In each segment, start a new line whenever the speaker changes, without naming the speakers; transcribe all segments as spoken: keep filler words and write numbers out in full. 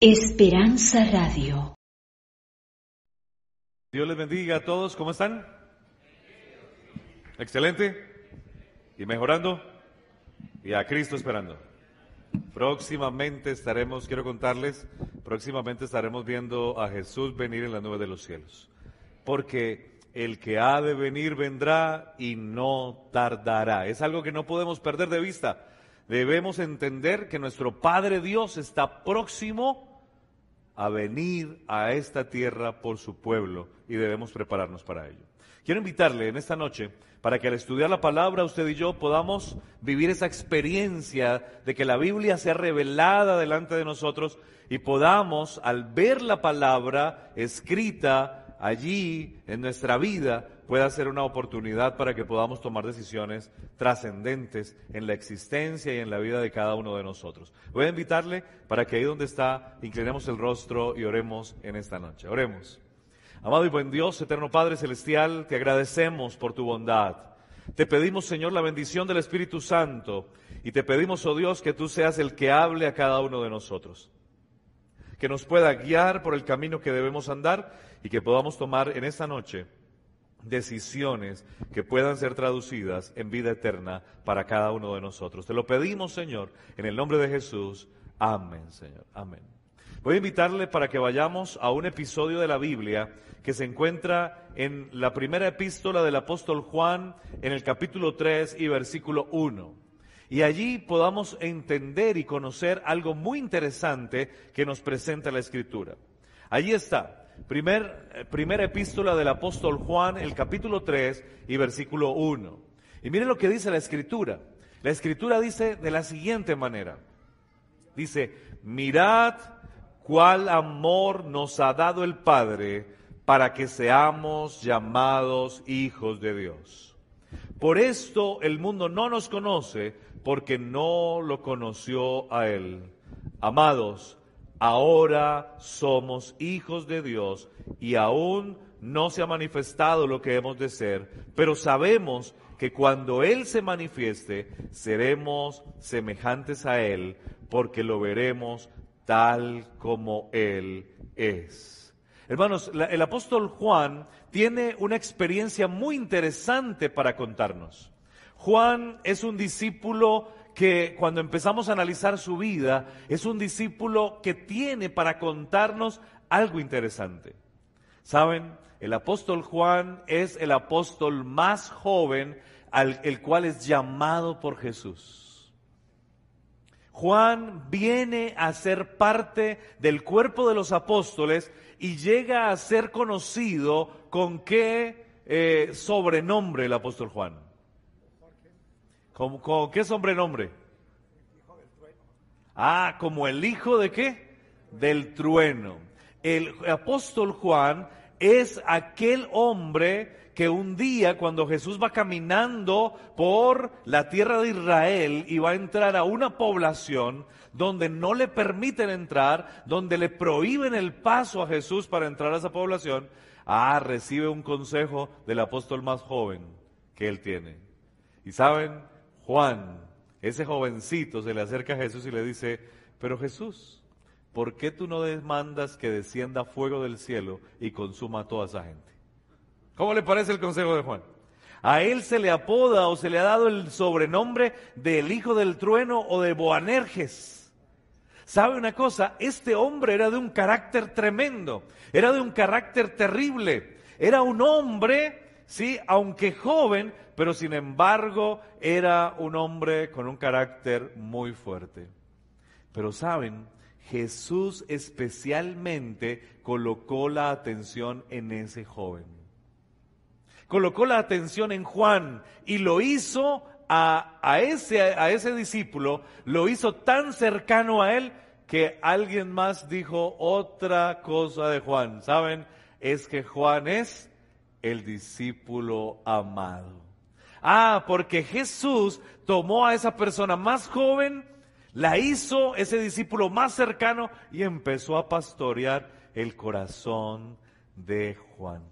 Esperanza Radio.
Dios les bendiga a todos, ¿cómo están? Excelente. ¿Y mejorando? Y a Cristo esperando. Próximamente estaremos, quiero contarles, próximamente estaremos viendo a Jesús venir en la nube de los cielos. Porque el que ha de venir vendrá y no tardará. Es algo que no podemos perder de vista. Debemos entender que nuestro Padre Dios está próximo a venir a esta tierra por su pueblo y debemos prepararnos para ello. Quiero invitarle en esta noche para que al estudiar la palabra usted y yo podamos vivir esa experiencia de que la Biblia sea revelada delante de nosotros y podamos, al ver la palabra escrita allí en nuestra vida, pueda ser una oportunidad para que podamos tomar decisiones trascendentes en la existencia y en la vida de cada uno de nosotros. Voy a invitarle para que ahí donde está, inclinemos el rostro y oremos en esta noche. Oremos. Amado y buen Dios, eterno Padre Celestial, te agradecemos por tu bondad. Te pedimos, Señor, la bendición del Espíritu Santo y te pedimos, oh Dios, que tú seas el que hable a cada uno de nosotros. Que nos pueda guiar por el camino que debemos andar y que podamos tomar en esta noche decisiones que puedan ser traducidas en vida eterna para cada uno de nosotros. Te lo pedimos, Señor, en el nombre de Jesús. Amén, Señor. Amén. Voy a invitarle para que vayamos a un episodio de la Biblia que se encuentra en la primera epístola del apóstol Juan, en el capítulo tres y versículo uno. Y allí podamos entender y conocer algo muy interesante que nos presenta la Escritura. Allí está. Primer, primera epístola del apóstol Juan, el capítulo tres y versículo uno. Y miren lo que dice la Escritura. La Escritura dice de la siguiente manera. Dice, mirad cuál amor nos ha dado el Padre para que seamos llamados hijos de Dios. Por esto el mundo no nos conoce porque no lo conoció a Él. Amados, ahora somos hijos de Dios y aún no se ha manifestado lo que hemos de ser, pero sabemos que cuando Él se manifieste, seremos semejantes a Él, porque lo veremos tal como Él es. Hermanos, la, el apóstol Juan tiene una experiencia muy interesante para contarnos. Juan es un discípulo que cuando empezamos a analizar su vida, es un discípulo que tiene para contarnos algo interesante. ¿Saben? El apóstol Juan es el apóstol más joven al el cual es llamado por Jesús. Juan viene a ser parte del cuerpo de los apóstoles y llega a ser conocido con qué eh, sobrenombre el apóstol Juan. ¿Con, con qué sobrenombre? Ah, como el hijo de qué? Del trueno. El apóstol Juan es aquel hombre que un día cuando Jesús va caminando por la tierra de Israel y va a entrar a una población donde no le permiten entrar, donde le prohíben el paso a Jesús para entrar a esa población, ah, recibe un consejo del apóstol más joven que él tiene. Y saben, Juan, ese jovencito, se le acerca a Jesús y le dice, pero Jesús, ¿por qué tú no demandas que descienda fuego del cielo y consuma a toda esa gente? ¿Cómo le parece el consejo de Juan? A él se le apoda o se le ha dado el sobrenombre del hijo del trueno o de Boanerges. ¿Sabe una cosa? Este hombre era de un carácter tremendo, era de un carácter terrible, era un hombre, sí, aunque joven, pero sin embargo era un hombre con un carácter muy fuerte. Pero saben, Jesús especialmente colocó la atención en ese joven. Colocó la atención en Juan y lo hizo a, a, ese, a ese discípulo, lo hizo tan cercano a él que alguien más dijo otra cosa de Juan. ¿Saben? Es que Juan es el discípulo amado. Ah, porque Jesús tomó a esa persona más joven, la hizo ese discípulo más cercano y empezó a pastorear el corazón de Juan.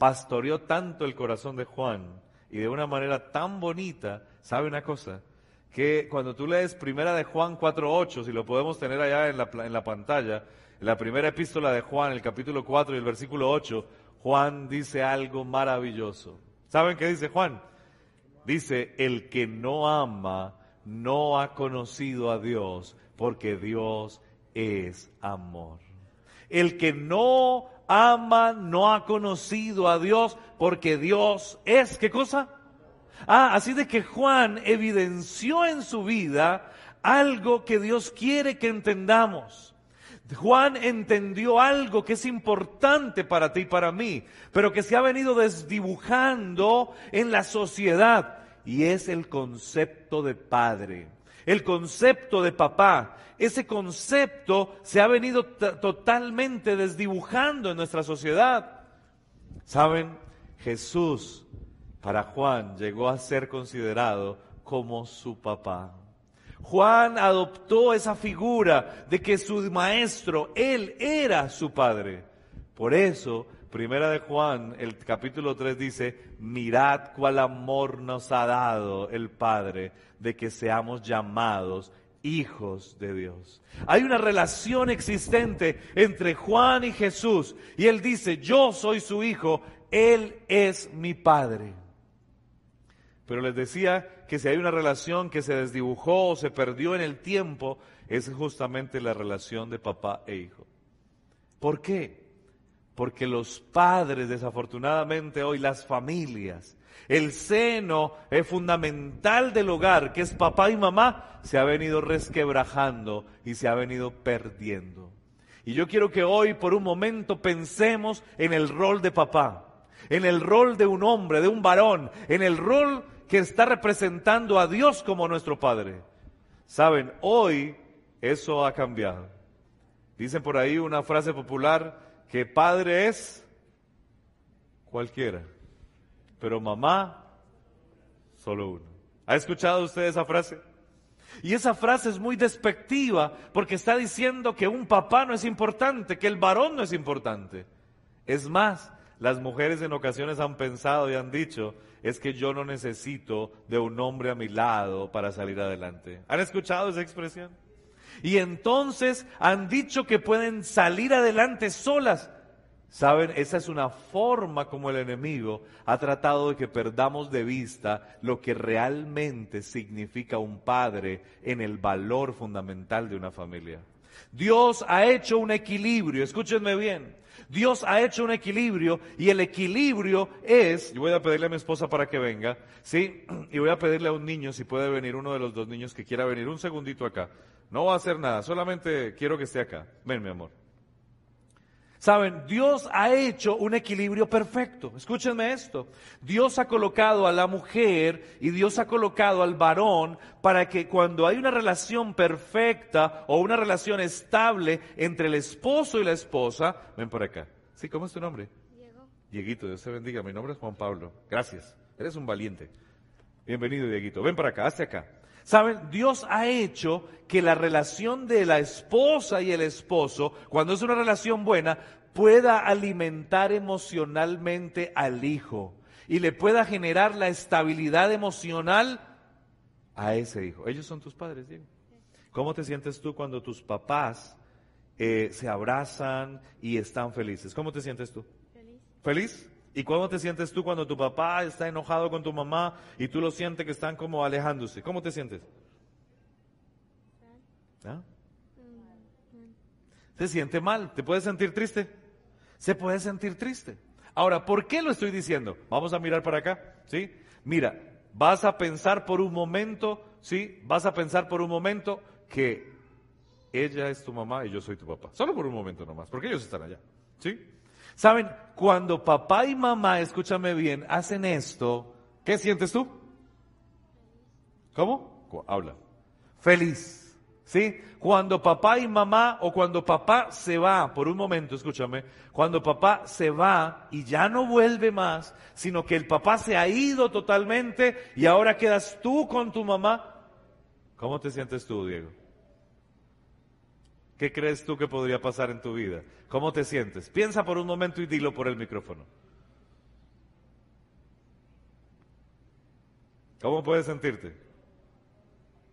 Pastoreó tanto el corazón de Juan y de una manera tan bonita, ¿sabe una cosa? que cuando tú lees Primera de Juan cuatro ocho, si lo podemos tener allá en la, en la pantalla, en la primera epístola de Juan, el capítulo cuatro y el versículo ocho, Juan dice algo maravilloso. ¿Saben qué dice Juan? Dice, el que no ama no ha conocido a Dios, porque Dios es amor. El que no ama no ha conocido a Dios, porque Dios es, ¿qué cosa? Ah, así de que Juan evidenció en su vida algo que Dios quiere que entendamos. Juan entendió algo que es importante para ti y para mí, pero que se ha venido desdibujando en la sociedad, y es el concepto de padre, el concepto de papá. Ese concepto se ha venido t- totalmente desdibujando en nuestra sociedad. ¿Saben? Jesús, para Juan, llegó a ser considerado como su papá. Juan adoptó esa figura de que su maestro, él era su padre. Por eso, Primera de Juan, el capítulo tres dice, mirad cuál amor nos ha dado el Padre, de que seamos llamados hijos de Dios. Hay una relación existente entre Juan y Jesús, y él dice, yo soy su hijo, él es mi Padre. Pero les decía que si hay una relación que se desdibujó o se perdió en el tiempo, es justamente la relación de papá e hijo. ¿Por qué? Porque los padres, desafortunadamente hoy, las familias, el seno es fundamental del hogar, que es papá y mamá, se ha venido resquebrajando y se ha venido perdiendo. Y yo quiero que hoy por un momento pensemos en el rol de papá, en el rol de un hombre, de un varón, en el rol que está representando a Dios como nuestro Padre. Saben, hoy eso ha cambiado. Dicen por ahí una frase popular, que padre es cualquiera, pero mamá, solo uno. ¿Ha escuchado usted esa frase? Y esa frase es muy despectiva, porque está diciendo que un papá no es importante, que el varón no es importante. Es más, las mujeres en ocasiones han pensado y han dicho, es que yo no necesito de un hombre a mi lado para salir adelante. ¿Han escuchado esa expresión? Y entonces han dicho que pueden salir adelante solas. Saben, esa es una forma como el enemigo ha tratado de que perdamos de vista lo que realmente significa un padre en el valor fundamental de una familia. Dios ha hecho un equilibrio, escúchenme bien, Dios ha hecho un equilibrio y el equilibrio es, yo voy a pedirle a mi esposa para que venga, ¿sí? Y voy a pedirle a un niño si puede venir, uno de los dos niños que quiera venir un segundito acá. No va a hacer nada, solamente quiero que esté acá. Ven, mi amor. Saben, Dios ha hecho un equilibrio perfecto. Escúchenme esto. Dios ha colocado a la mujer y Dios ha colocado al varón para que cuando hay una relación perfecta o una relación estable entre el esposo y la esposa, ven por acá. ¿Sí? ¿Cómo es tu nombre?
Diego.
Dieguito, Dios te bendiga. Mi nombre es Juan Pablo. Gracias. Eres un valiente. Bienvenido, Dieguito. Ven para acá, hazte acá. Saben, Dios ha hecho que la relación de la esposa y el esposo, cuando es una relación buena, pueda alimentar emocionalmente al hijo y le pueda generar la estabilidad emocional a ese hijo. Ellos son tus padres, Diego. ¿Cómo te sientes tú cuando tus papás eh, se abrazan y están felices? ¿Cómo te sientes tú?
Feliz.
¿Feliz? ¿Y cómo te sientes tú cuando tu papá está enojado con tu mamá y tú lo sientes que están como alejándose? ¿Cómo te sientes? ¿Ah? ¿Se siente mal? ¿Te puedes sentir triste? Se puede sentir triste. Ahora, ¿por qué lo estoy diciendo? Vamos a mirar para acá, ¿sí? Mira, vas a pensar por un momento, ¿sí? Vas a pensar por un momento que ella es tu mamá y yo soy tu papá. Solo por un momento nomás, porque ellos están allá, ¿sí? ¿Saben? Cuando papá y mamá, escúchame bien, hacen esto, ¿qué sientes tú? ¿Cómo? Habla. Feliz, ¿sí? Cuando papá y mamá, o cuando papá se va, por un momento, escúchame, cuando papá se va y ya no vuelve más, sino que el papá se ha ido totalmente y ahora quedas tú con tu mamá, ¿cómo te sientes tú, Diego? ¿Qué crees tú que podría pasar en tu vida? ¿Cómo te sientes? Piensa por un momento y dilo por el micrófono. ¿Cómo puedes sentirte?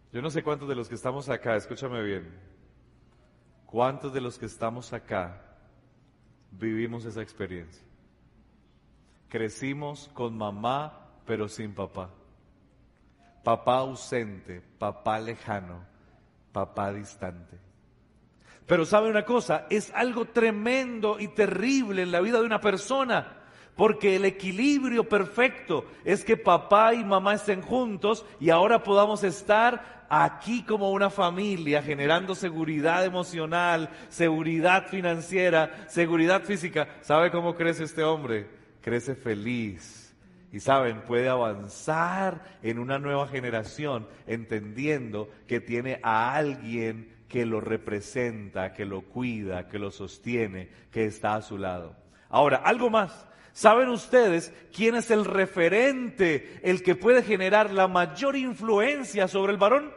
Yo no sé cuántos de los que estamos acá, escúchame bien, cuántos de los que estamos acá vivimos esa experiencia. Crecimos con mamá, pero sin papá. Papá ausente, papá lejano, papá distante. Pero ¿sabe una cosa? Es algo tremendo y terrible en la vida de una persona, porque el equilibrio perfecto es que papá y mamá estén juntos y ahora podamos estar aquí como una familia, generando seguridad emocional, seguridad financiera, seguridad física. ¿Sabe cómo crece este hombre? Crece feliz. Y saben, puede avanzar en una nueva generación entendiendo que tiene a alguien que lo representa, que lo cuida, que lo sostiene, que está a su lado. Ahora, algo más. ¿Saben ustedes quién es el referente, el que puede generar la mayor influencia sobre el varón?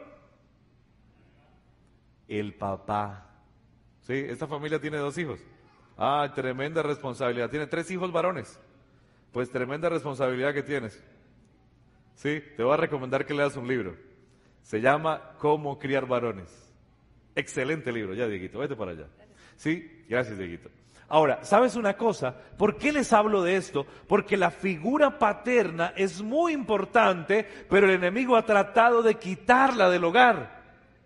El papá. ¿Sí? Esta familia tiene dos hijos. Ah, tremenda responsabilidad. Tiene tres hijos varones. Pues tremenda responsabilidad que tienes. Sí, te voy a recomendar que leas un libro. Se llama Cómo criar varones. Excelente libro. Ya, Dieguito, vete para allá. Sí, gracias, Dieguito. Ahora, ¿sabes una cosa? ¿Por qué les hablo de esto? Porque la figura paterna es muy importante, pero el enemigo ha tratado de quitarla del hogar.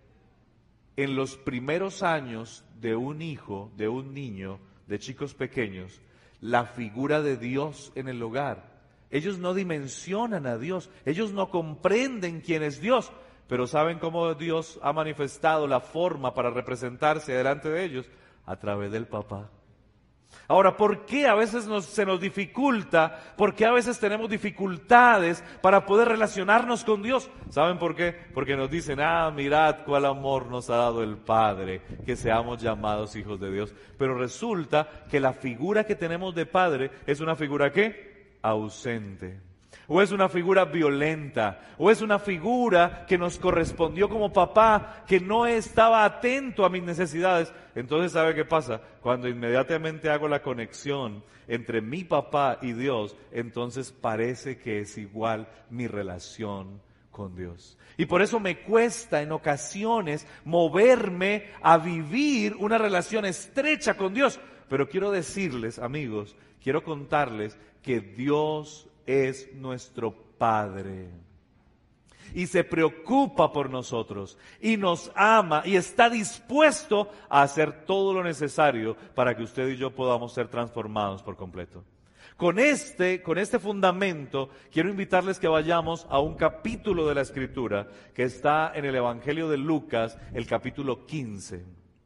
En los primeros años de un hijo, de un niño, de chicos pequeños, la figura de Dios en el hogar. Ellos no dimensionan a Dios, ellos no comprenden quién es Dios, pero ¿saben cómo Dios ha manifestado la forma para representarse delante de ellos? A través del papá. Ahora, ¿por qué a veces nos, se nos dificulta? ¿Por qué a veces tenemos dificultades para poder relacionarnos con Dios? ¿Saben por qué? Porque nos dicen, ah, mirad cuál amor nos ha dado el Padre, que seamos llamados hijos de Dios. Pero resulta que la figura que tenemos de Padre es una figura, ¿qué? Ausente. O es una figura violenta, o es una figura que nos correspondió como papá, que no estaba atento a mis necesidades. Entonces, ¿sabe qué pasa? Cuando inmediatamente hago la conexión entre mi papá y Dios, entonces parece que es igual mi relación con Dios. Y por eso me cuesta en ocasiones moverme a vivir una relación estrecha con Dios. Pero quiero decirles, amigos, quiero contarles que Dios es nuestro Padre y se preocupa por nosotros y nos ama y está dispuesto a hacer todo lo necesario para que usted y yo podamos ser transformados por completo. Con este, con este fundamento quiero invitarles que vayamos a un capítulo de la Escritura que está en el Evangelio de Lucas, el capítulo quince.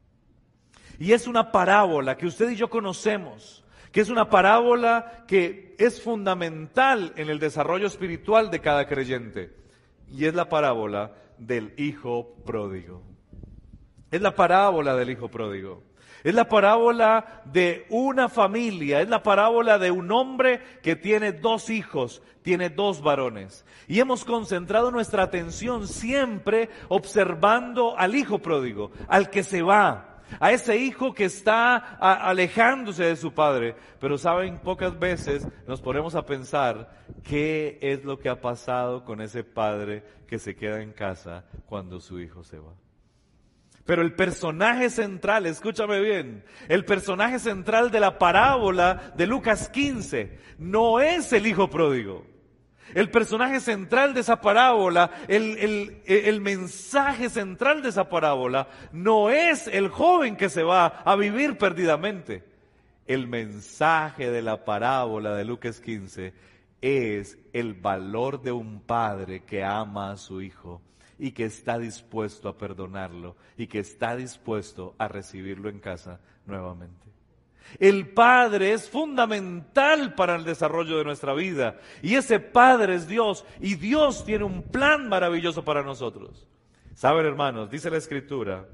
Y es una parábola que usted y yo conocemos, que es una parábola que es fundamental en el desarrollo espiritual de cada creyente. Y es la parábola del hijo pródigo. Es la parábola del hijo pródigo. Es la parábola de una familia, es la parábola de un hombre que tiene dos hijos, tiene dos varones. Y hemos concentrado nuestra atención siempre observando al hijo pródigo, al que se va. A ese hijo que está a, alejándose de su padre. Pero saben, pocas veces nos ponemos a pensar qué es lo que ha pasado con ese padre que se queda en casa cuando su hijo se va. Pero el personaje central, escúchame bien, el personaje central de la parábola de Lucas quince no es el hijo pródigo. El personaje central de esa parábola, el, el, el mensaje central de esa parábola, no es el joven que se va a vivir perdidamente. El mensaje de la parábola de Lucas quince es el valor de un padre que ama a su hijo y que está dispuesto a perdonarlo y que está dispuesto a recibirlo en casa nuevamente. El Padre es fundamental para el desarrollo de nuestra vida y ese Padre es Dios y Dios tiene un plan maravilloso para nosotros. ¿Saben, hermanos? Dice la Escritura,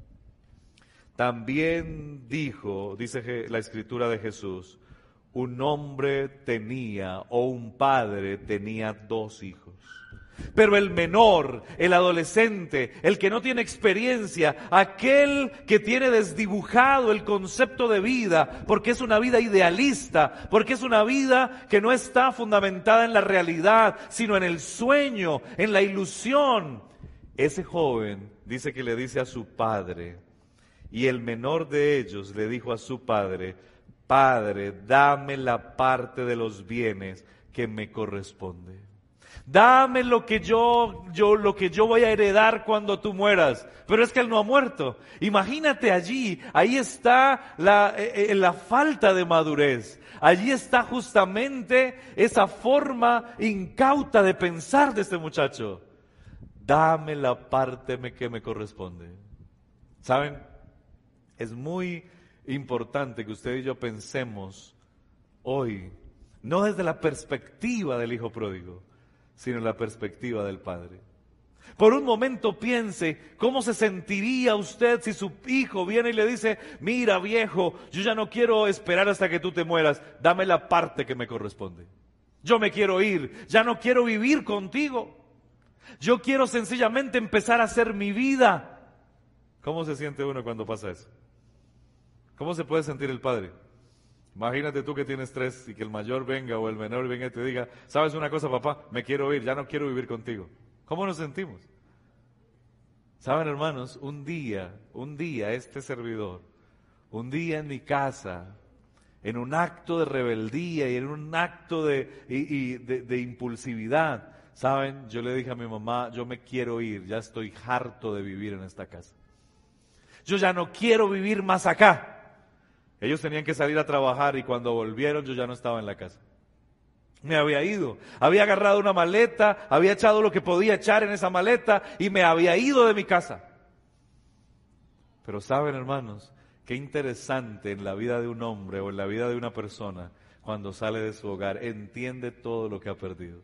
también dijo, dice la Escritura de Jesús, un hombre tenía o un padre tenía dos hijos. Pero el menor, el adolescente, el que no tiene experiencia, aquel que tiene desdibujado el concepto de vida, porque es una vida idealista, porque es una vida que no está fundamentada en la realidad, sino en el sueño, en la ilusión. Ese joven dice que le dice a su padre, y el menor de ellos le dijo a su padre, Padre, dame la parte de los bienes que me corresponde. Dame lo que yo, yo, lo que yo voy a heredar cuando tú mueras. Pero es que él no ha muerto. Imagínate allí, ahí está la, eh, la falta de madurez. Allí está justamente esa forma incauta de pensar de este muchacho. Dame la parte que me corresponde. ¿Saben? Es muy importante que usted y yo pensemos hoy, no desde la perspectiva del hijo pródigo, sino en la perspectiva del padre. Por un momento piense cómo se sentiría usted si su hijo viene y le dice, mira viejo, yo ya no quiero esperar hasta que tú te mueras, dame la parte que me corresponde. Yo me quiero ir, ya no quiero vivir contigo. Yo quiero sencillamente empezar a hacer mi vida. ¿Cómo se siente uno cuando pasa eso? ¿Cómo se puede sentir el padre? Imagínate tú que tienes tres y que el mayor venga o el menor venga y te diga, ¿sabes una cosa, papá? Me quiero ir, ya no quiero vivir contigo. ¿Cómo nos sentimos? ¿Saben, hermanos? Un día, un día este servidor, un día en mi casa, en un acto de rebeldía y en un acto de, y, y de, de impulsividad, ¿saben? Yo le dije a mi mamá, yo me quiero ir, ya estoy harto de vivir en esta casa. Yo ya no quiero vivir más acá. Ellos tenían que salir a trabajar y cuando volvieron yo ya no estaba en la casa. Me había ido, había agarrado una maleta, había echado lo que podía echar en esa maleta y me había ido de mi casa. Pero saben, hermanos, qué interesante en la vida de un hombre o en la vida de una persona cuando sale de su hogar, entiende todo lo que ha perdido.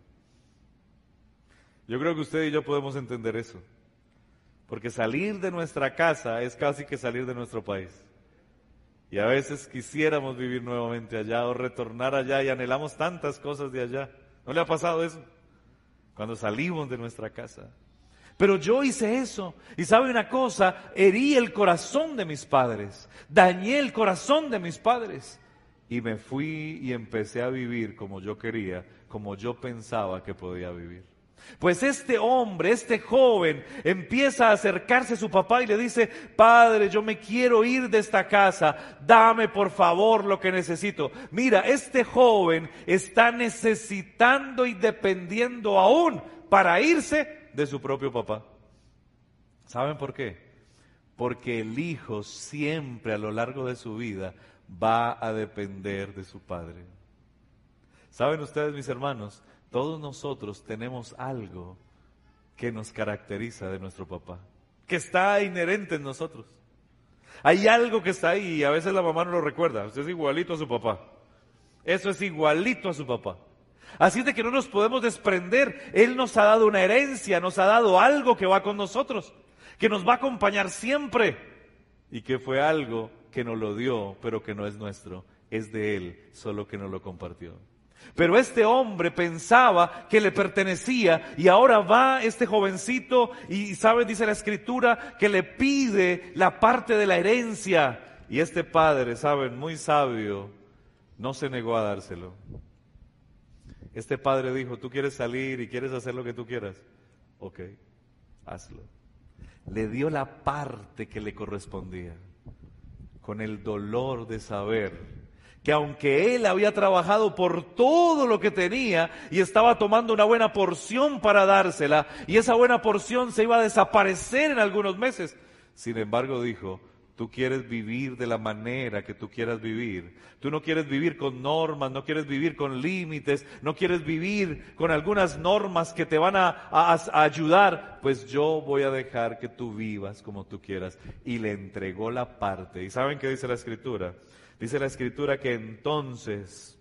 Yo creo que usted y yo podemos entender eso. Porque salir de nuestra casa es casi que salir de nuestro país. Y a veces quisiéramos vivir nuevamente allá o retornar allá y anhelamos tantas cosas de allá. ¿No le ha pasado eso? Cuando salimos de nuestra casa. Pero yo hice eso. Y sabe una cosa, herí el corazón de mis padres. Dañé el corazón de mis padres. Y me fui y empecé a vivir como yo quería, como yo pensaba que podía vivir. Pues este hombre, este joven, empieza a acercarse a su papá y le dice, padre, yo me quiero ir de esta casa, dame por favor lo que necesito. Mira, este joven está necesitando y dependiendo aún para irse de su propio papá. ¿Saben por qué? Porque el hijo siempre a lo largo de su vida va a depender de su padre. ¿Saben ustedes, mis hermanos? Todos nosotros tenemos algo que nos caracteriza de nuestro papá, que está inherente en nosotros. Hay algo que está ahí y a veces la mamá no lo recuerda. Usted es igualito a su papá. Eso es igualito a su papá. Así de que no nos podemos desprender. Él nos ha dado una herencia, nos ha dado algo que va con nosotros, que nos va a acompañar siempre y que fue algo que nos lo dio, pero que no es nuestro. Es de Él, solo que nos lo compartió. Pero este hombre pensaba que le pertenecía y ahora va este jovencito y sabe, dice la escritura, que le pide la parte de la herencia. Y este padre, saben, muy sabio, no se negó a dárselo. Este padre dijo, tú quieres salir y quieres hacer lo que tú quieras. Ok, hazlo. Le dio la parte que le correspondía, con el dolor de saber que aunque él había trabajado por todo lo que tenía y estaba tomando una buena porción para dársela, y esa buena porción se iba a desaparecer en algunos meses, sin embargo dijo, tú quieres vivir de la manera que tú quieras vivir, tú no quieres vivir con normas, no quieres vivir con límites, no quieres vivir con algunas normas que te van a, a, a ayudar, pues yo voy a dejar que tú vivas como tú quieras. Y le entregó la parte. ¿Y saben qué dice la escritura? Dice la escritura que entonces,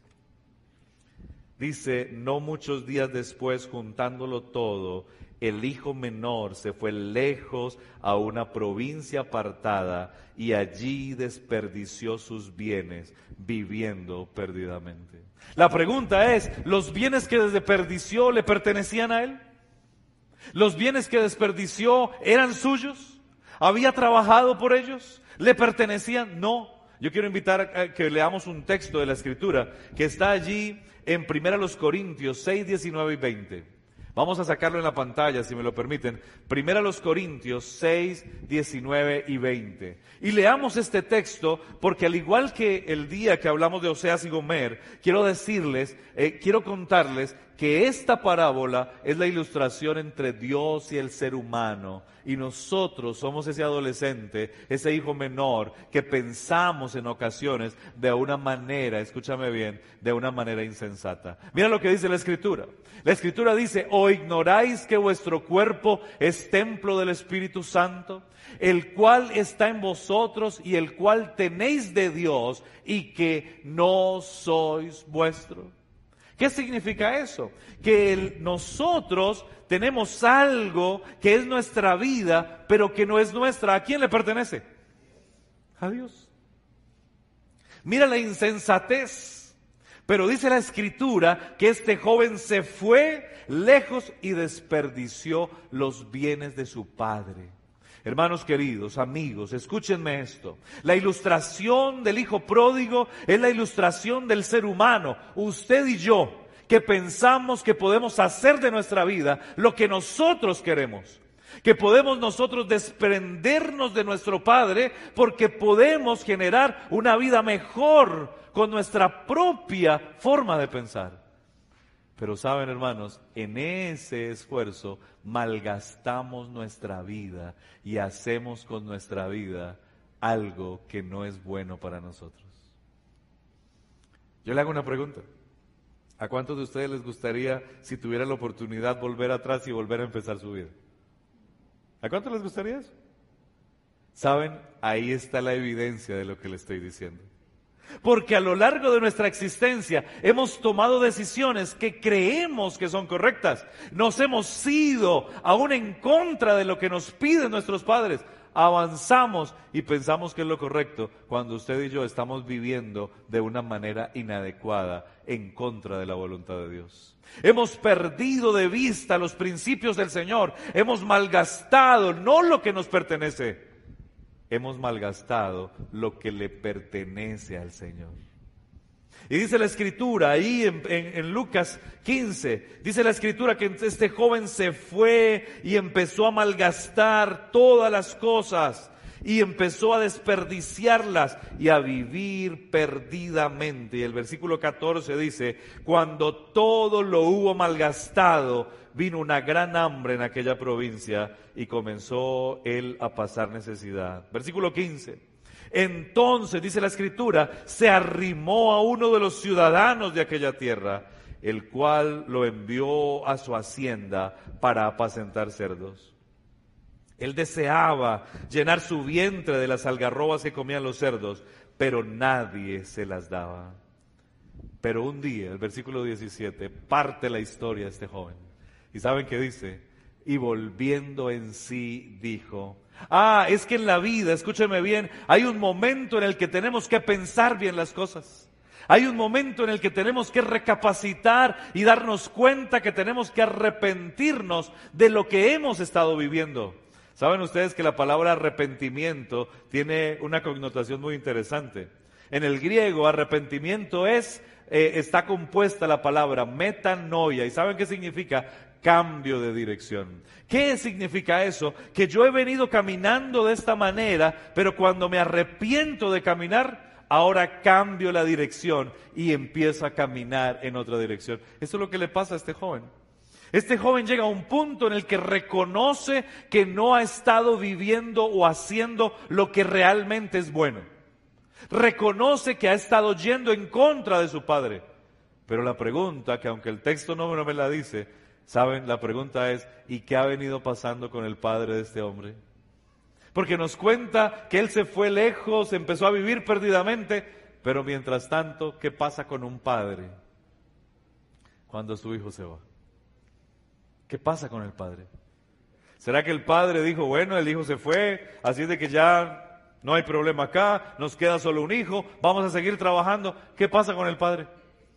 dice, no muchos días después, juntándolo todo, el hijo menor se fue lejos a una provincia apartada y allí desperdició sus bienes, viviendo perdidamente. La pregunta es, ¿los bienes que desperdició le pertenecían a él? ¿Los bienes que desperdició eran suyos? ¿Había trabajado por ellos? ¿Le pertenecían? No. Yo quiero invitar a que leamos un texto de la Escritura que está allí en Primera los Corintios seis, diecinueve y veinte. Vamos a sacarlo en la pantalla, si me lo permiten. Primera los Corintios seis, diecinueve y veinte. Y leamos este texto porque al igual que el día que hablamos de Oseas y Gomer, quiero decirles, eh, quiero contarles que esta parábola es la ilustración entre Dios y el ser humano. Y nosotros somos ese adolescente, ese hijo menor que pensamos en ocasiones de una manera, escúchame bien, de una manera insensata. Mira lo que dice la Escritura. La Escritura dice, ¿o ignoráis que vuestro cuerpo es templo del Espíritu Santo, el cual está en vosotros y el cual tenéis de Dios y que no sois vuestro? ¿Qué significa eso? Que el, nosotros tenemos algo que es nuestra vida, pero que no es nuestra. ¿A quién le pertenece? A Dios. Mira la insensatez. Pero dice la Escritura que este joven se fue lejos y desperdició los bienes de su padre. Hermanos queridos, amigos, escúchenme esto. La ilustración del hijo pródigo es la ilustración del ser humano, usted y yo, que pensamos que podemos hacer de nuestra vida lo que nosotros queremos. Que podemos nosotros desprendernos de nuestro Padre porque podemos generar una vida mejor con nuestra propia forma de pensar. Pero saben, hermanos, en ese esfuerzo malgastamos nuestra vida y hacemos con nuestra vida algo que no es bueno para nosotros. Yo le hago una pregunta. ¿A cuántos de ustedes les gustaría, si tuviera la oportunidad, volver atrás y volver a empezar su vida? ¿A cuántos les gustaría eso? ¿Saben? Ahí está la evidencia de lo que le estoy diciendo. Porque a lo largo de nuestra existencia hemos tomado decisiones que creemos que son correctas. Nos hemos ido aún en contra de lo que nos piden nuestros padres. Avanzamos y pensamos que es lo correcto cuando usted y yo estamos viviendo de una manera inadecuada en contra de la voluntad de Dios. Hemos perdido de vista los principios del Señor. Hemos malgastado no lo que nos pertenece. Hemos malgastado lo que le pertenece al Señor. Y dice la Escritura, ahí en, en, en Lucas quince, dice la Escritura que este joven se fue y empezó a malgastar todas las cosas y empezó a desperdiciarlas y a vivir perdidamente. Y el versículo catorce dice, cuando todo lo hubo malgastado, vino una gran hambre en aquella provincia y comenzó él a pasar necesidad. Versículo quince. Entonces, dice la Escritura, se arrimó a uno de los ciudadanos de aquella tierra, el cual lo envió a su hacienda para apacentar cerdos. Él deseaba llenar su vientre de las algarrobas que comían los cerdos, pero nadie se las daba. Pero un día, el versículo diecisiete, parte la historia de este joven. ¿Y saben qué dice? Y volviendo en sí, dijo... Ah, es que en la vida, escúcheme bien, hay un momento en el que tenemos que pensar bien las cosas. Hay un momento en el que tenemos que recapacitar y darnos cuenta que tenemos que arrepentirnos de lo que hemos estado viviendo. ¿Saben ustedes que la palabra arrepentimiento tiene una connotación muy interesante? En el griego, arrepentimiento es, eh, está compuesta la palabra metanoia. ¿Y saben qué significa? Cambio de dirección. ¿Qué significa eso? Que yo he venido caminando de esta manera, pero cuando me arrepiento de caminar, ahora cambio la dirección y empiezo a caminar en otra dirección. Eso es lo que le pasa a este joven. Este joven llega a un punto en el que reconoce que no ha estado viviendo o haciendo lo que realmente es bueno. Reconoce que ha estado yendo en contra de su padre. Pero la pregunta, que aunque el texto no me la dice, ¿saben? La pregunta es, ¿y qué ha venido pasando con el padre de este hombre? Porque nos cuenta que él se fue lejos, empezó a vivir perdidamente, pero mientras tanto, ¿qué pasa con un padre cuando su hijo se va? ¿Qué pasa con el padre? ¿Será que el padre dijo, bueno, el hijo se fue, así de que ya no hay problema acá, nos queda solo un hijo, vamos a seguir trabajando? ¿Qué pasa con el padre?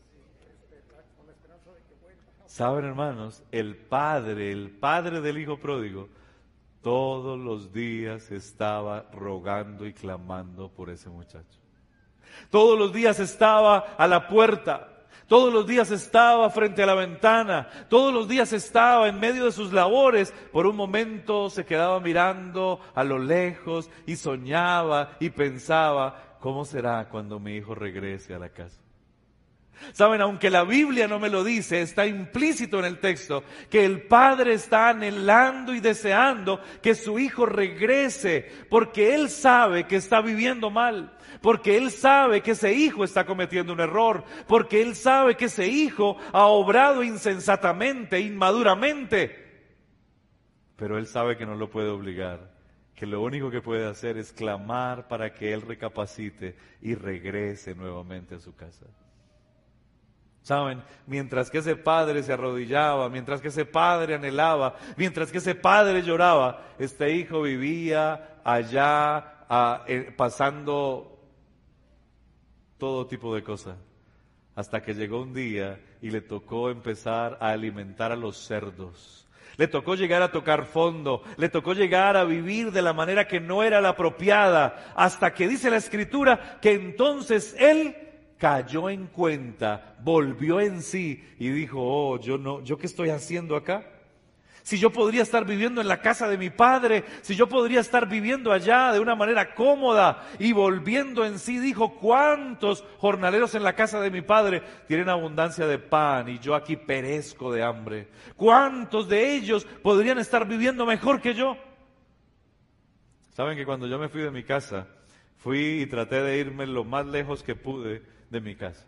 Saben, hermanos, el padre, el padre del hijo pródigo, todos los días estaba rogando y clamando por ese muchacho. Todos los días estaba a la puerta. Todos los días estaba frente a la ventana, todos los días estaba en medio de sus labores. Por un momento se quedaba mirando a lo lejos y soñaba y pensaba, ¿cómo será cuando mi hijo regrese a la casa? Saben, aunque la Biblia no me lo dice, está implícito en el texto que el padre está anhelando y deseando que su hijo regrese, porque él sabe que está viviendo mal, porque él sabe que ese hijo está cometiendo un error, porque él sabe que ese hijo ha obrado insensatamente, inmaduramente, pero él sabe que no lo puede obligar, que lo único que puede hacer es clamar para que él recapacite y regrese nuevamente a su casa. ¿Saben? Mientras que ese padre se arrodillaba, mientras que ese padre anhelaba, mientras que ese padre lloraba, este hijo vivía allá a, eh, pasando todo tipo de cosas. Hasta que llegó un día y le tocó empezar a alimentar a los cerdos. Le tocó llegar a tocar fondo, le tocó llegar a vivir de la manera que no era la apropiada, hasta que dice la Escritura que entonces él cayó en cuenta, volvió en sí y dijo, oh, yo no, ¿yo qué estoy haciendo acá? Si yo podría estar viviendo en la casa de mi padre, si yo podría estar viviendo allá de una manera cómoda, y volviendo en sí dijo, ¿cuántos jornaleros en la casa de mi padre tienen abundancia de pan y yo aquí perezco de hambre? ¿Cuántos de ellos podrían estar viviendo mejor que yo? Saben que cuando yo me fui de mi casa, fui y traté de irme lo más lejos que pude de mi casa.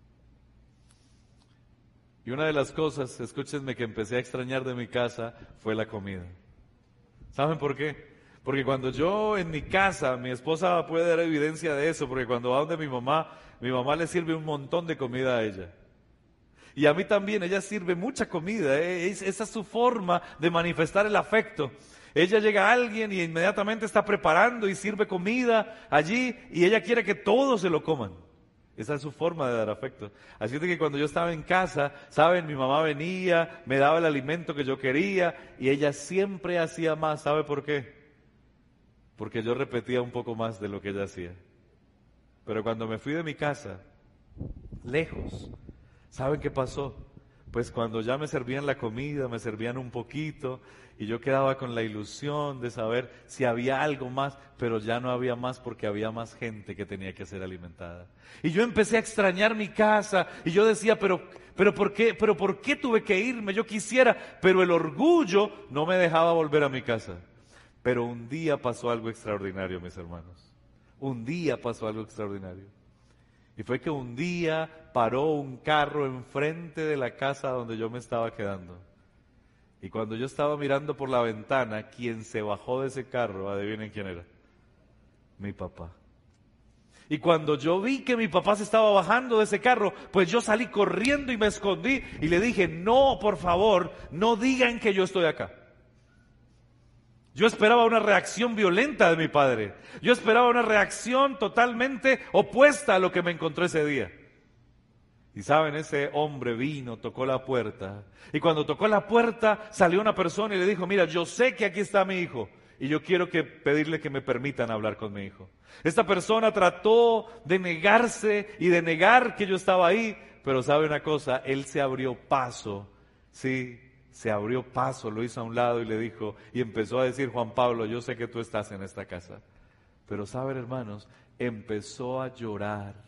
Y una de las cosas, escúchenme, que empecé a extrañar de mi casa fue la comida. ¿Saben por qué? Porque cuando yo en mi casa, mi esposa puede dar evidencia de eso, porque cuando va donde mi mamá, mi mamá le sirve un montón de comida a ella. Y a mí también, ella sirve mucha comida, ¿eh? Esa es su forma de manifestar el afecto. Ella llega a alguien y inmediatamente está preparando y sirve comida allí y ella quiere que todos se lo coman. Esa es su forma de dar afecto. Así es de que cuando yo estaba en casa, ¿saben? Mi mamá venía, me daba el alimento que yo quería y ella siempre hacía más. ¿Sabe por qué? Porque yo repetía un poco más de lo que ella hacía. Pero cuando me fui de mi casa, lejos, ¿saben qué pasó? Pues cuando ya me servían la comida, me servían un poquito y yo quedaba con la ilusión de saber si había algo más, pero ya no había más porque había más gente que tenía que ser alimentada. Y yo empecé a extrañar mi casa y yo decía, pero, pero ¿por qué, pero por qué tuve que irme? Yo quisiera, pero el orgullo no me dejaba volver a mi casa. Pero un día pasó algo extraordinario, mis hermanos. Un día pasó algo extraordinario. Y fue que un día paró un carro enfrente de la casa donde yo me estaba quedando. Y cuando yo estaba mirando por la ventana, quien se bajó de ese carro, adivinen quién era. Mi papá. Y cuando yo vi que mi papá se estaba bajando de ese carro, pues yo salí corriendo y me escondí y le dije, no, por favor, no digan que yo estoy acá. Yo esperaba una reacción violenta de mi padre. Yo esperaba una reacción totalmente opuesta a lo que me encontró ese día. Y saben, ese hombre vino, tocó la puerta. Y cuando tocó la puerta, salió una persona y le dijo, mira, yo sé que aquí está mi hijo. Y yo quiero que pedirle que me permitan hablar con mi hijo. Esta persona trató de negarse y de negar que yo estaba ahí. Pero sabe una cosa, él se abrió paso, sí, se abrió paso, lo hizo a un lado y le dijo, y empezó a decir, Juan Pablo, yo sé que tú estás en esta casa. Pero saben, hermanos, empezó a llorar.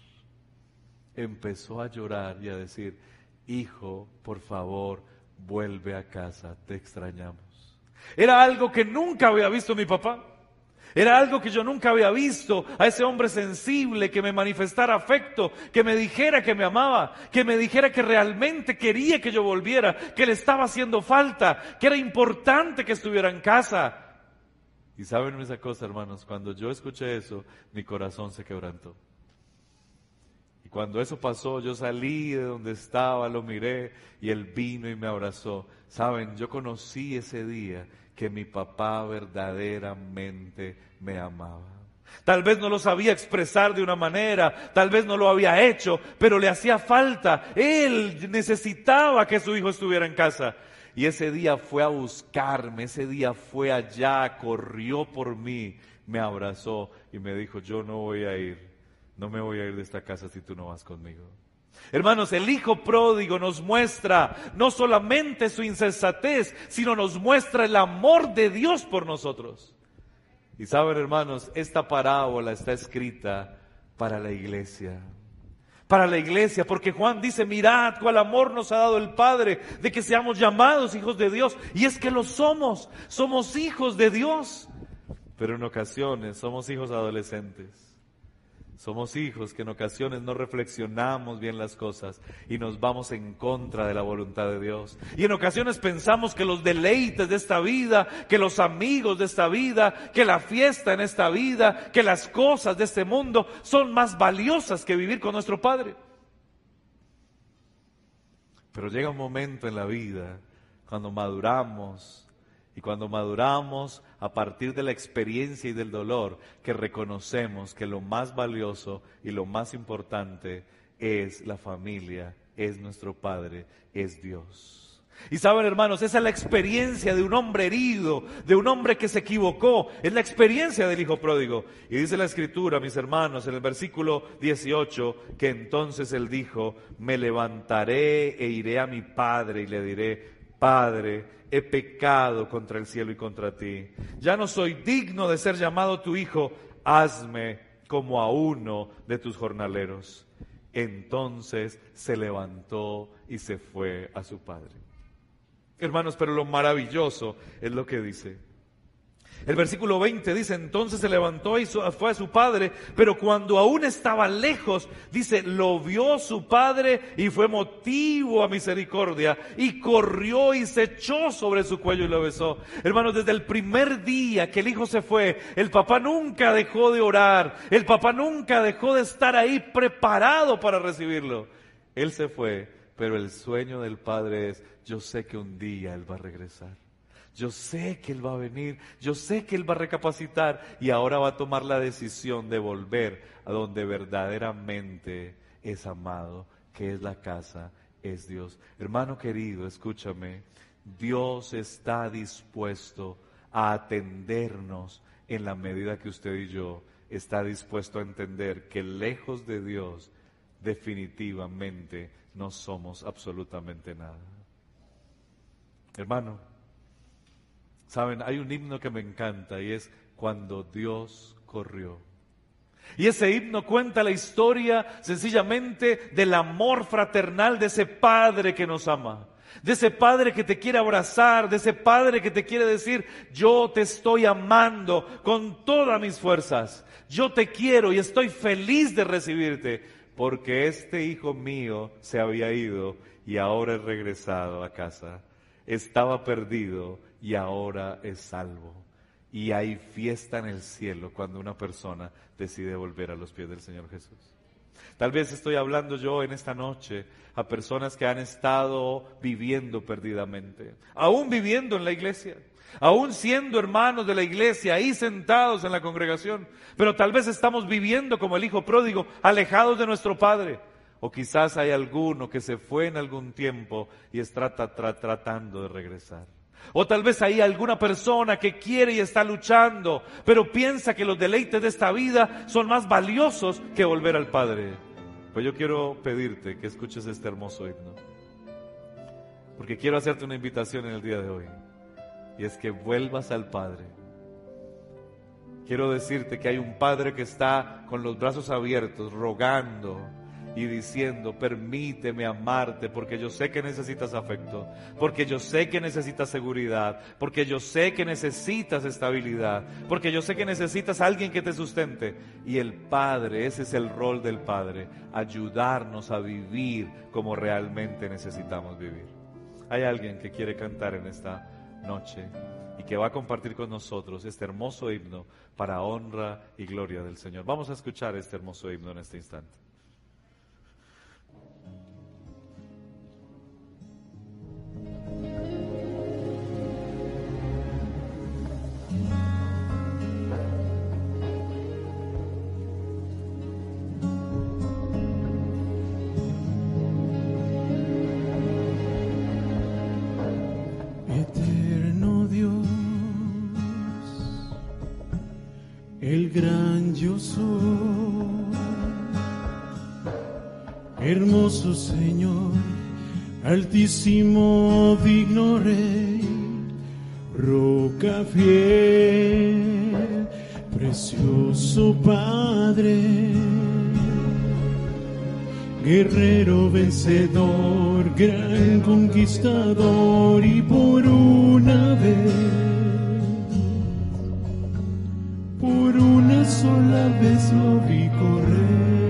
Empezó a llorar y a decir, hijo, por favor, vuelve a casa, te extrañamos. Era algo que nunca había visto mi papá. Era algo que yo nunca había visto, a ese hombre sensible que me manifestara afecto, que me dijera que me amaba, que me dijera que realmente quería que yo volviera, que le estaba haciendo falta, que era importante que estuviera en casa. Y saben esa cosa, hermanos, cuando yo escuché eso, mi corazón se quebrantó. Y cuando eso pasó, yo salí de donde estaba, lo miré y él vino y me abrazó. Saben, yo conocí ese día que mi papá verdaderamente me amaba. Tal vez no lo sabía expresar de una manera, tal vez no lo había hecho, pero le hacía falta. Él necesitaba que su hijo estuviera en casa. Y ese día fue a buscarme, ese día fue allá, corrió por mí, me abrazó y me dijo, yo no voy a ir, no me voy a ir de esta casa si tú no vas conmigo. Hermanos, el hijo pródigo nos muestra no solamente su insensatez, sino nos muestra el amor de Dios por nosotros. Y saben, hermanos, esta parábola está escrita para la iglesia. Para la iglesia, porque Juan dice, mirad cuál amor nos ha dado el Padre, de que seamos llamados hijos de Dios. Y es que lo somos, somos hijos de Dios. Pero en ocasiones somos hijos adolescentes. Somos hijos que en ocasiones no reflexionamos bien las cosas y nos vamos en contra de la voluntad de Dios. Y en ocasiones pensamos que los deleites de esta vida, que los amigos de esta vida, que la fiesta en esta vida, que las cosas de este mundo son más valiosas que vivir con nuestro Padre. Pero llega un momento en la vida cuando maduramos. Y cuando maduramos a partir de la experiencia y del dolor, que reconocemos que lo más valioso y lo más importante es la familia, es nuestro Padre, es Dios. Y saben, hermanos, esa es la experiencia de un hombre herido, de un hombre que se equivocó, es la experiencia del hijo pródigo. Y dice la Escritura, mis hermanos, en el versículo dieciocho, que entonces él dijo, me levantaré e iré a mi padre y le diré, Padre, he pecado contra el cielo y contra ti. Ya no soy digno de ser llamado tu hijo. Hazme como a uno de tus jornaleros. Entonces se levantó y se fue a su padre. Hermanos, pero lo maravilloso es lo que dice. El versículo veinte dice, entonces se levantó y fue a su padre, pero cuando aún estaba lejos, dice, lo vio su padre y fue motivo a misericordia, y corrió y se echó sobre su cuello y lo besó. Hermanos, desde el primer día que el hijo se fue, el papá nunca dejó de orar, el papá nunca dejó de estar ahí preparado para recibirlo. Él se fue, pero el sueño del padre es, yo sé que un día él va a regresar. Yo sé que Él va a venir, yo sé que Él va a recapacitar y ahora va a tomar la decisión de volver a donde verdaderamente es amado, que es la casa, es Dios. Hermano querido, escúchame, Dios está dispuesto a atendernos en la medida que usted y yo está dispuesto a entender que lejos de Dios definitivamente no somos absolutamente nada. Hermano, saben, hay un himno que me encanta y es Cuando Dios corrió. Y ese himno cuenta la historia sencillamente del amor fraternal de ese Padre que nos ama, de ese Padre que te quiere abrazar, de ese Padre que te quiere decir, yo te estoy amando con todas mis fuerzas, yo te quiero y estoy feliz de recibirte, porque este hijo mío se había ido y ahora he regresado a casa. Estaba perdido y ahora es salvo. Y hay fiesta en el cielo cuando una persona decide volver a los pies del Señor Jesús. Tal vez estoy hablando yo en esta noche a personas que han estado viviendo perdidamente, aún viviendo en la iglesia, aún siendo hermanos de la iglesia, ahí sentados en la congregación, pero tal vez estamos viviendo como el hijo pródigo, alejados de nuestro Padre. O quizás hay alguno que se fue en algún tiempo y está tra- tra- tratando de regresar. O tal vez hay alguna persona que quiere y está luchando, pero piensa que los deleites de esta vida son más valiosos que volver al Padre. Pues yo quiero pedirte que escuches este hermoso himno, porque quiero hacerte una invitación en el día de hoy, y es que vuelvas al Padre. Quiero decirte que hay un Padre que está con los brazos abiertos, rogando y diciendo, permíteme amarte, porque yo sé que necesitas afecto, porque yo sé que necesitas seguridad, porque yo sé que necesitas estabilidad, porque yo sé que necesitas a alguien que te sustente. Y el Padre, ese es el rol del Padre, ayudarnos a vivir como realmente necesitamos vivir. Hay alguien que quiere cantar en esta noche y que va a compartir con nosotros este hermoso himno para honra y gloria del Señor. Vamos a escuchar este hermoso himno en este instante.
El gran yo soy, Hermoso Señor, altísimo, digno Rey, roca fiel, precioso Padre, guerrero vencedor, gran conquistador, y por una vez, por una sola vez lo vi correr.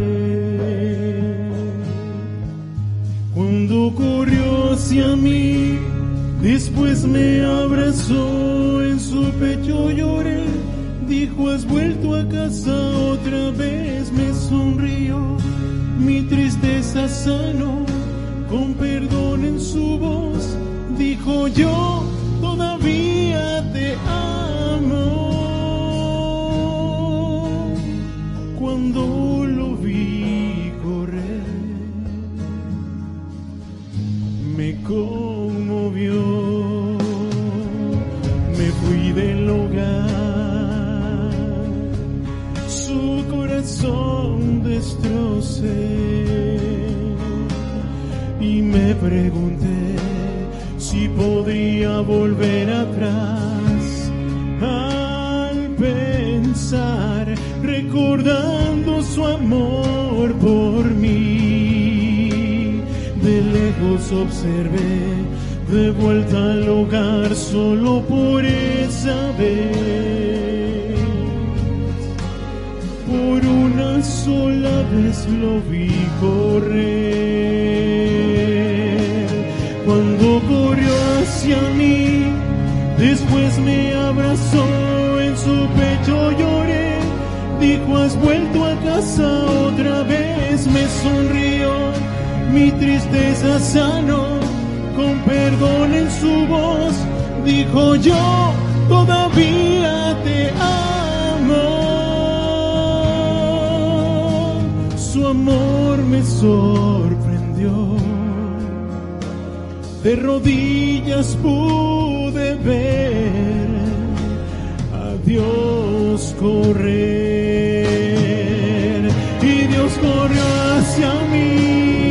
Cuando corrió hacia mí, después me abrazó, en su pecho lloré, dijo: has vuelto a casa otra vez, me sonrió, mi tristeza sanó, con perdón en su voz, dijo: yo todavía te amo. Cuando lo vi correr, me conmovió, me fui del hogar, su corazón destrocé y me pregunté si podría volver atrás al pensar, recordando su amor por mí. De lejos observé, de vuelta al hogar solo por esa vez. Por una sola vez lo vi correr. Cuando corrió hacia mí, después me abrazó, en su pecho lloré, dijo: has vuelto a casa otra vez, me sonrió, mi tristeza sanó, con perdón en su voz, dijo: yo todavía te amo. Su amor me sorprendió, de rodillas pude ver a Dios correr, y Dios corrió hacia mí.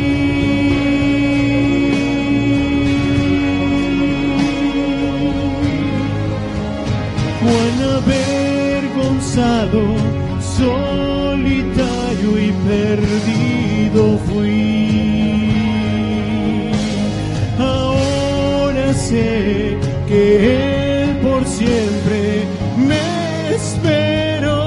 Cuán avergonzado, solitario y perdido fui. Ahora sé que Él por siempre me esperó.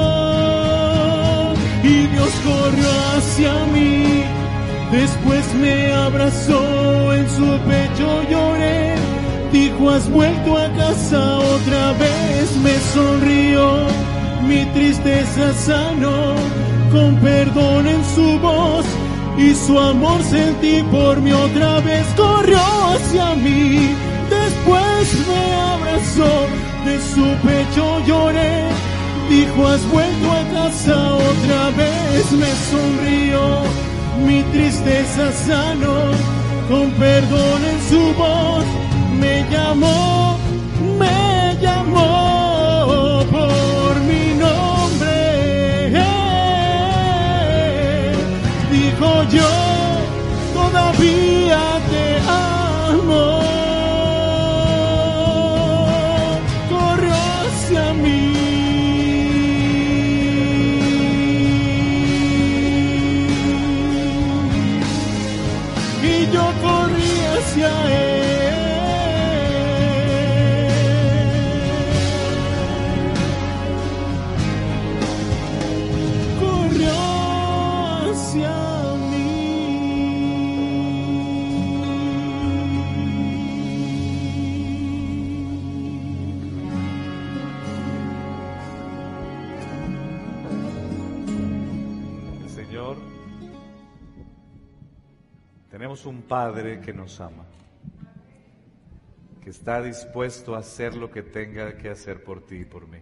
Y Dios corrió hacia mí, después me abrazó, en su pecho lloré, dijo: has vuelto a casa otra vez, me sonrió, mi tristeza sanó, con perdón en su voz, y su amor sentí por mí otra vez. Corrió hacia mí, después me abrazó, de su pecho lloré, dijo: has vuelto a casa otra vez, me sonrió, mi tristeza sanó, con perdón en su voz, me llamó, me llamó por mi nombre, dijo: yo todavía te amo. Corrió hacia mí y yo corrí hacia él.
Tenemos un Padre que nos ama, que está dispuesto a hacer lo que tenga que hacer por ti y por mí.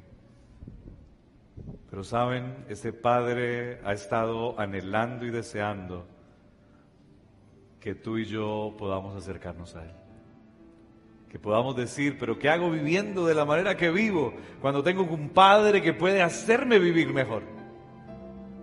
Pero saben, ese Padre ha estado anhelando y deseando que tú y yo podamos acercarnos a Él. Que podamos decir: pero ¿qué hago viviendo de la manera que vivo cuando tengo un Padre que puede hacerme vivir mejor?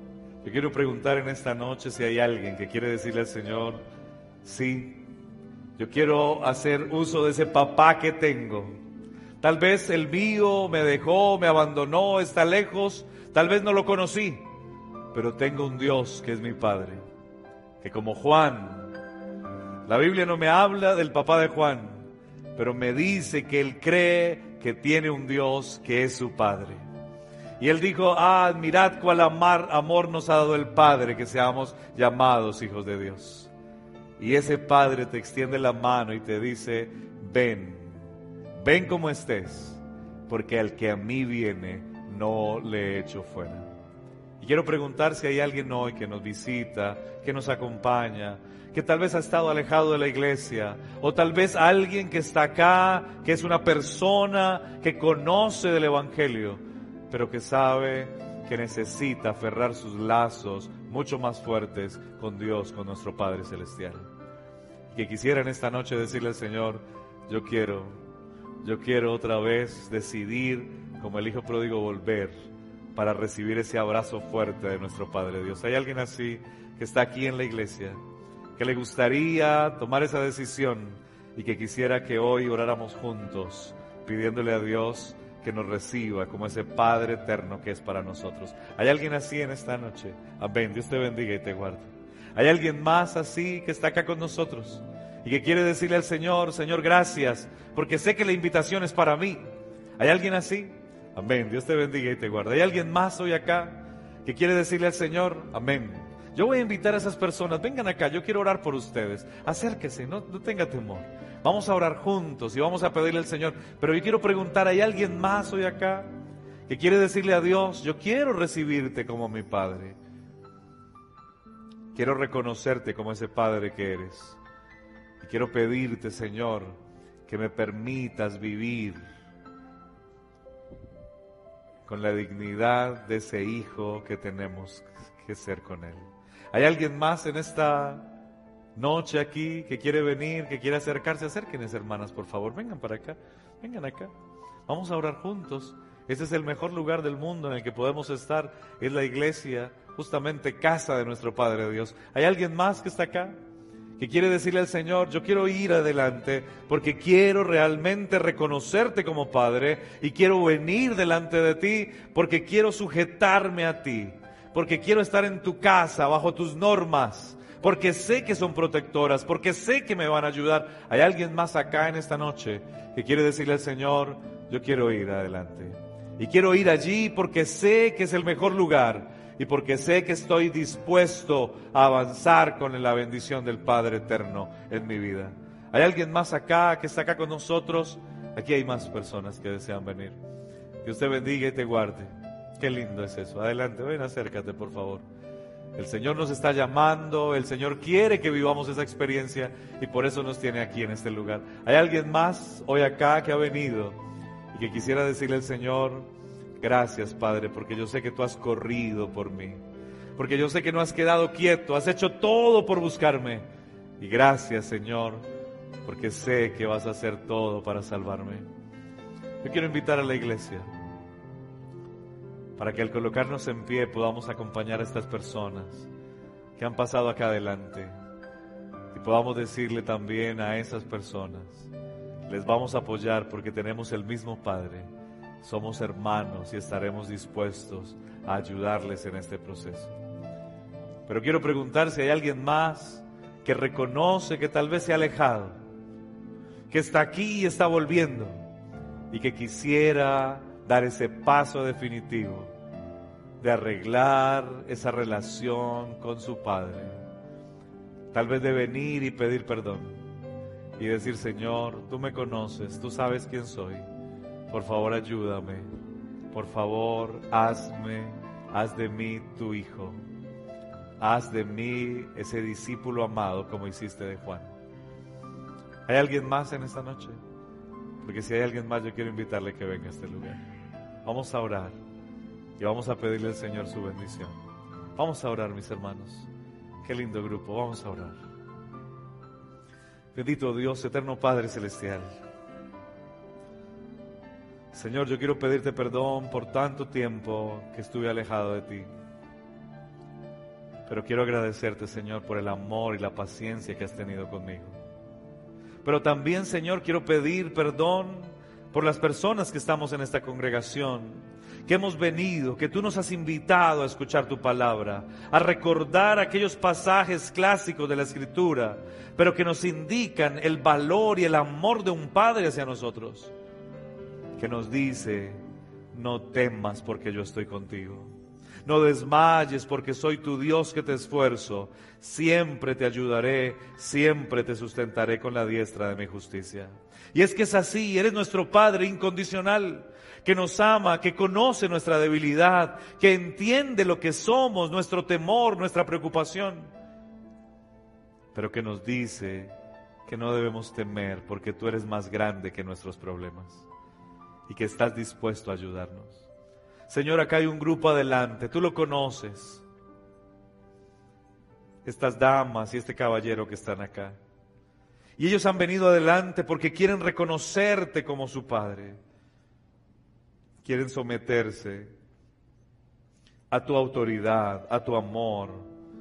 Yo quiero preguntar en esta noche si hay alguien que quiere decirle al Señor, sí, yo quiero hacer uso de ese papá que tengo. Tal vez el mío me dejó, me abandonó, está lejos, tal vez no lo conocí, pero tengo un Dios que es mi Padre, que como Juan, la Biblia no me habla del papá de Juan, pero me dice que él cree que tiene un Dios que es su Padre. Y él dijo, ah, mirad cuál amar, amor nos ha dado el Padre, que seamos llamados hijos de Dios. Y ese Padre te extiende la mano y te dice, ven, ven como estés, porque al que a mí viene, no le echo fuera. Y quiero preguntar si hay alguien hoy que nos visita, que nos acompaña, que tal vez ha estado alejado de la iglesia, o tal vez alguien que está acá, que es una persona que conoce del Evangelio, pero que sabe que necesita aferrar sus lazos mucho más fuertes con Dios, con nuestro Padre Celestial. Que quisiera en esta noche decirle al Señor, yo quiero, yo quiero otra vez decidir, como el Hijo Pródigo, volver para recibir ese abrazo fuerte de nuestro Padre Dios. ¿Hay alguien así que está aquí en la iglesia, que le gustaría tomar esa decisión y que quisiera que hoy oráramos juntos, pidiéndole a Dios que nos reciba como ese Padre eterno que es para nosotros? ¿Hay alguien así en esta noche? Amén. Dios te bendiga y te guarde. ¿Hay alguien más así que está acá con nosotros y que quiere decirle al Señor, Señor, gracias, porque sé que la invitación es para mí? ¿Hay alguien así? Amén. Dios te bendiga y te guarde. ¿Hay alguien más hoy acá que quiere decirle al Señor? Amén. Yo voy a invitar a esas personas, vengan acá, yo quiero orar por ustedes. Acérquese, no, no tenga temor. Vamos a orar juntos y vamos a pedirle al Señor. Pero yo quiero preguntar, ¿hay alguien más hoy acá que quiere decirle a Dios, yo quiero recibirte como mi Padre? Quiero reconocerte como ese Padre que eres. Y quiero pedirte, Señor, que me permitas vivir con la dignidad de ese hijo que tenemos que ser con Él. ¿Hay alguien más en esta noche aquí que quiere venir, que quiere acercarse? Acérquense, hermanas, por favor, vengan para acá, vengan acá. Vamos a orar juntos. Este es el mejor lugar del mundo en el que podemos estar, es la iglesia, justamente casa de nuestro Padre Dios. ¿Hay alguien más que está acá, que quiere decirle al Señor, yo quiero ir adelante porque quiero realmente reconocerte como Padre y quiero venir delante de ti porque quiero sujetarme a ti, porque quiero estar en tu casa, bajo tus normas, porque sé que son protectoras, porque sé que me van a ayudar? ¿Hay alguien más acá en esta noche que quiere decirle al Señor, yo quiero ir adelante? Y quiero ir allí porque sé que es el mejor lugar y porque sé que estoy dispuesto a avanzar con la bendición del Padre Eterno en mi vida. ¿Hay alguien más acá que está acá con nosotros? Aquí hay más personas que desean venir. Que usted bendiga y te guarde. Qué lindo es eso. Adelante, ven, acércate, por favor. El Señor nos está llamando, el Señor quiere que vivamos esa experiencia y por eso nos tiene aquí en este lugar. ¿Hay alguien más hoy acá que ha venido y que quisiera decirle al Señor, gracias, Padre, porque yo sé que tú has corrido por mí, porque yo sé que no has quedado quieto, has hecho todo por buscarme, y gracias, Señor, porque sé que vas a hacer todo para salvarme? Yo quiero invitar a la iglesia para que al colocarnos en pie podamos acompañar a estas personas que han pasado acá adelante y podamos decirle también a esas personas, les vamos a apoyar porque tenemos el mismo Padre, somos hermanos y estaremos dispuestos a ayudarles en este proceso. Pero quiero preguntar si hay alguien más que reconoce que tal vez se ha alejado, que está aquí y está volviendo y que quisiera dar ese paso definitivo de arreglar esa relación con su Padre, tal vez de venir y pedir perdón y decir, Señor, tú me conoces, tú sabes quién soy, por favor ayúdame, por favor hazme, haz de mí tu hijo, haz de mí ese discípulo amado como hiciste de Juan. ¿Hay alguien más en esta noche? Porque si hay alguien más, yo quiero invitarle que venga a este lugar. Vamos a orar y vamos a pedirle al Señor su bendición. Vamos a orar, mis hermanos. Qué lindo grupo, vamos a orar. Bendito Dios, eterno Padre Celestial. Señor, yo quiero pedirte perdón por tanto tiempo que estuve alejado de ti. Pero quiero agradecerte, Señor, por el amor y la paciencia que has tenido conmigo. Pero también, Señor, quiero pedir perdón por las personas que estamos en esta congregación, que hemos venido, que tú nos has invitado a escuchar tu palabra, a recordar aquellos pasajes clásicos de la Escritura, pero que nos indican el valor y el amor de un Padre hacia nosotros, que nos dice: no temas porque yo estoy contigo. No desmayes porque soy tu Dios que te esfuerzo. Siempre te ayudaré, siempre te sustentaré con la diestra de mi justicia. Y es que es así, eres nuestro Padre incondicional, que nos ama, que conoce nuestra debilidad, que entiende lo que somos, nuestro temor, nuestra preocupación, pero que nos dice que no debemos temer porque tú eres más grande que nuestros problemas y que estás dispuesto a ayudarnos. Señor, acá hay un grupo adelante, tú lo conoces, estas damas y este caballero que están acá, y ellos han venido adelante porque quieren reconocerte como su Padre, quieren someterse a tu autoridad, a tu amor,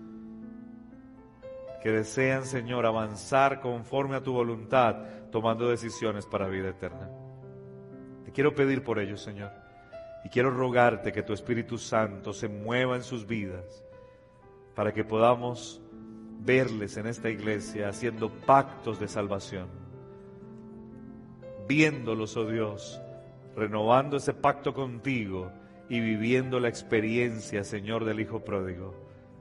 que desean, Señor, avanzar conforme a tu voluntad, tomando decisiones para vida eterna. Te quiero pedir por ellos, Señor, y quiero rogarte que tu Espíritu Santo se mueva en sus vidas para que podamos verles en esta iglesia haciendo pactos de salvación, viéndolos, oh Dios, renovando ese pacto contigo y viviendo la experiencia, Señor, del Hijo pródigo.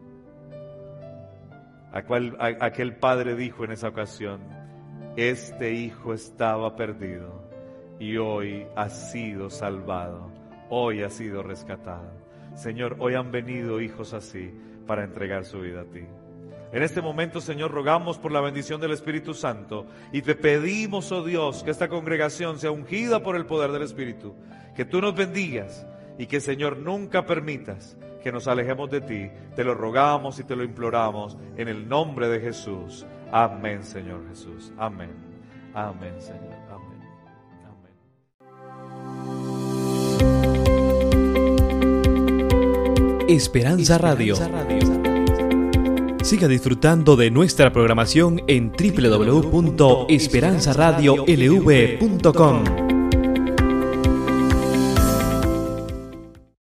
Aquel, aquel padre dijo en esa ocasión: este hijo estaba perdido y hoy ha sido salvado, hoy ha sido rescatado. Señor, hoy han venido hijos así para entregar su vida a ti. En este momento, Señor, rogamos por la bendición del Espíritu Santo y te pedimos, oh Dios, que esta congregación sea ungida por el poder del Espíritu, que tú nos bendigas y que, Señor, nunca permitas que nos alejemos de ti. Te lo rogamos y te lo imploramos en el nombre de Jesús. Amén, Señor Jesús. Amén. Amén, Señor. Amén.
Amén. Esperanza Radio. Siga disfrutando de nuestra programación en doble u doble u doble u punto esperanza radio l v punto com.